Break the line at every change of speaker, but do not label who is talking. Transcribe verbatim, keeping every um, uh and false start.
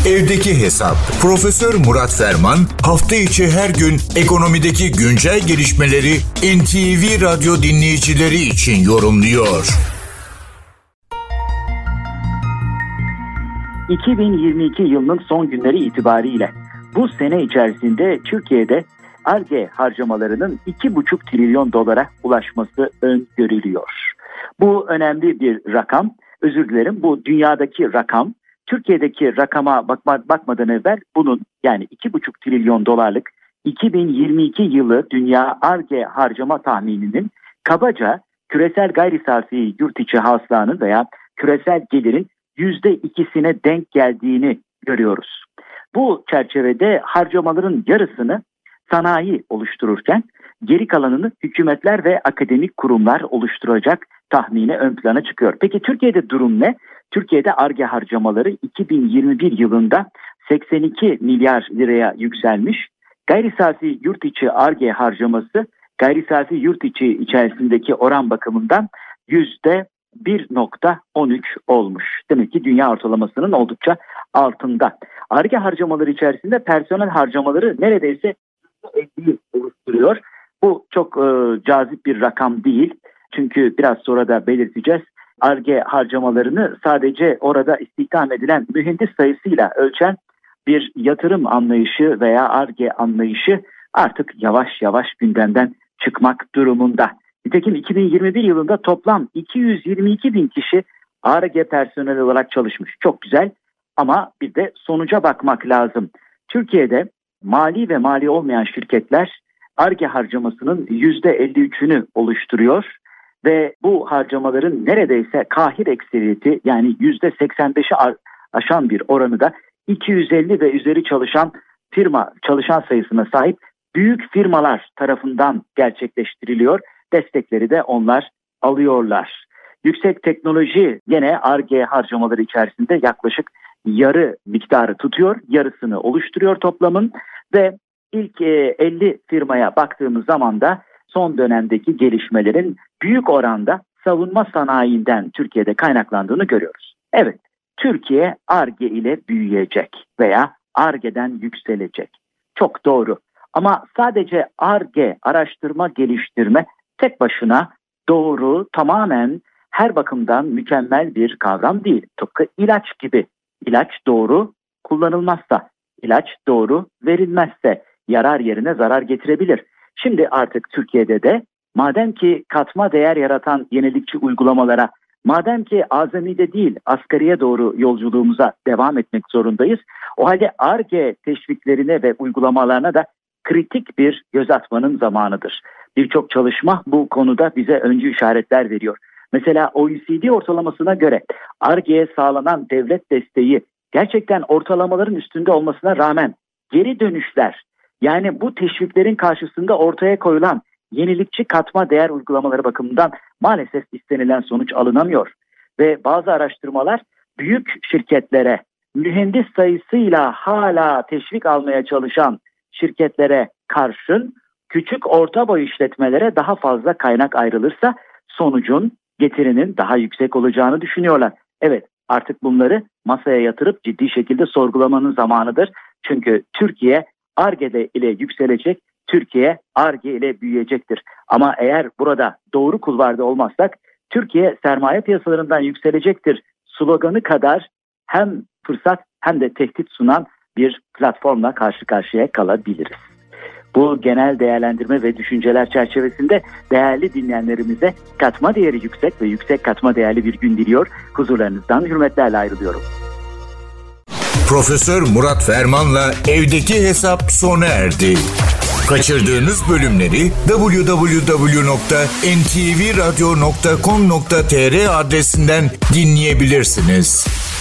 Evdeki Hesap. Profesör Murat Ferman hafta içi her gün ekonomideki güncel gelişmeleri N T V Radyo dinleyicileri için yorumluyor.
iki bin yirmi iki yılının son günleri itibariyle bu sene içerisinde Türkiye'de Ar-Ge harcamalarının iki buçuk trilyon dolara ulaşması öngörülüyor. Bu önemli bir rakam. Özür dilerim, bu dünyadaki rakam. Türkiye'deki rakama bakma, bakmadan evvel bunun, yani iki buçuk trilyon dolarlık iki bin yirmi iki yılı dünya Ar-Ge harcama tahmininin kabaca küresel gayri safi yurt içi hasılanın veya küresel gelirin yüzde ikisine denk geldiğini görüyoruz. Bu çerçevede harcamaların yarısını sanayi oluştururken geri kalanını hükümetler ve akademik kurumlar oluşturacak tahmini ön plana çıkıyor. Peki Türkiye'de durum ne? Türkiye'de Ar-Ge harcamaları iki bin yirmi bir yılında seksen iki milyar liraya yükselmiş. Gayri safi yurt içi Ar-Ge harcaması gayri safi yurt içi içerisindeki oran bakımından yüzde bir nokta on üç olmuş. Demek ki dünya ortalamasının oldukça altında. Ar-Ge harcamaları içerisinde personel harcamaları neredeyse elliyi oluşturuyor. Bu çok e, cazip bir rakam değil. Çünkü biraz sonra da belirteceğiz. Ar-Ge harcamalarını sadece orada istihdam edilen mühendis sayısıyla ölçen bir yatırım anlayışı veya Ar-Ge anlayışı artık yavaş yavaş gündemden çıkmak durumunda. Nitekim iki bin yirmi bir yılında toplam iki yüz yirmi iki bin kişi Ar-Ge personeli olarak çalışmış. Çok güzel, ama bir de sonuca bakmak lazım. Türkiye'de mali ve mali olmayan şirketler Ar-Ge harcamasının yüzde elli üçünü oluşturuyor ve bu harcamaların neredeyse kahir ekseriyeti, yani yüzde seksen beşi aşan bir oranı da iki yüz elli ve üzeri çalışan firma çalışan sayısına sahip büyük firmalar tarafından gerçekleştiriliyor. Destekleri de onlar alıyorlar. Yüksek teknoloji gene Ar-Ge harcamaları içerisinde yaklaşık yarı miktarı tutuyor, yarısını oluşturuyor toplamın ve ilk elli firmaya baktığımız zaman da son dönemdeki gelişmelerin büyük oranda savunma sanayinden Türkiye'de kaynaklandığını görüyoruz. Evet, Türkiye Ar-Ge ile büyüyecek veya Ar-Ge'den yükselecek. Çok doğru. Ama sadece Ar-Ge, araştırma, geliştirme tek başına doğru, tamamen her bakımdan mükemmel bir kavram değil. Tıpkı ilaç gibi. İlaç doğru kullanılmazsa, ilaç doğru verilmezse yarar yerine zarar getirebilir. Şimdi artık Türkiye'de de madem ki katma değer yaratan yenilikçi uygulamalara, madem ki azamide değil asgariye doğru yolculuğumuza devam etmek zorundayız, o halde Ar-Ge teşviklerine ve uygulamalarına da kritik bir göz atmanın zamanıdır. Birçok çalışma bu konuda bize öncü işaretler veriyor. Mesela O E C D ortalamasına göre Ar-Ge'ye sağlanan devlet desteği gerçekten ortalamaların üstünde olmasına rağmen geri dönüşler, yani bu teşviklerin karşısında ortaya koyulan yenilikçi katma değer uygulamaları bakımından maalesef istenilen sonuç alınamıyor. Ve bazı araştırmalar büyük şirketlere, mühendis sayısıyla hala teşvik almaya çalışan şirketlere karşın küçük orta boy işletmelere daha fazla kaynak ayrılırsa sonucun, getirinin daha yüksek olacağını düşünüyorlar. Evet, artık bunları masaya yatırıp ciddi şekilde sorgulamanın zamanıdır. Çünkü Türkiye Ar-Ge ile yükselecek, Türkiye Ar-Ge ile büyüyecektir. Ama eğer burada doğru kulvarda olmazsak Türkiye sermaye piyasalarından yükselecektir sloganı kadar hem fırsat hem de tehdit sunan bir platformla karşı karşıya kalabiliriz. Bu genel değerlendirme ve düşünceler çerçevesinde değerli dinleyenlerimize katma değeri yüksek ve yüksek katma değerli bir gün diliyor. Huzurlarınızdan hürmetlerle ayrılıyorum.
Profesör Murat Ferman'la Evdeki Hesap sona erdi. Kaçırdığınız bölümleri double-u double-u double-u nokta en te ve radyo nokta com nokta te er adresinden dinleyebilirsiniz.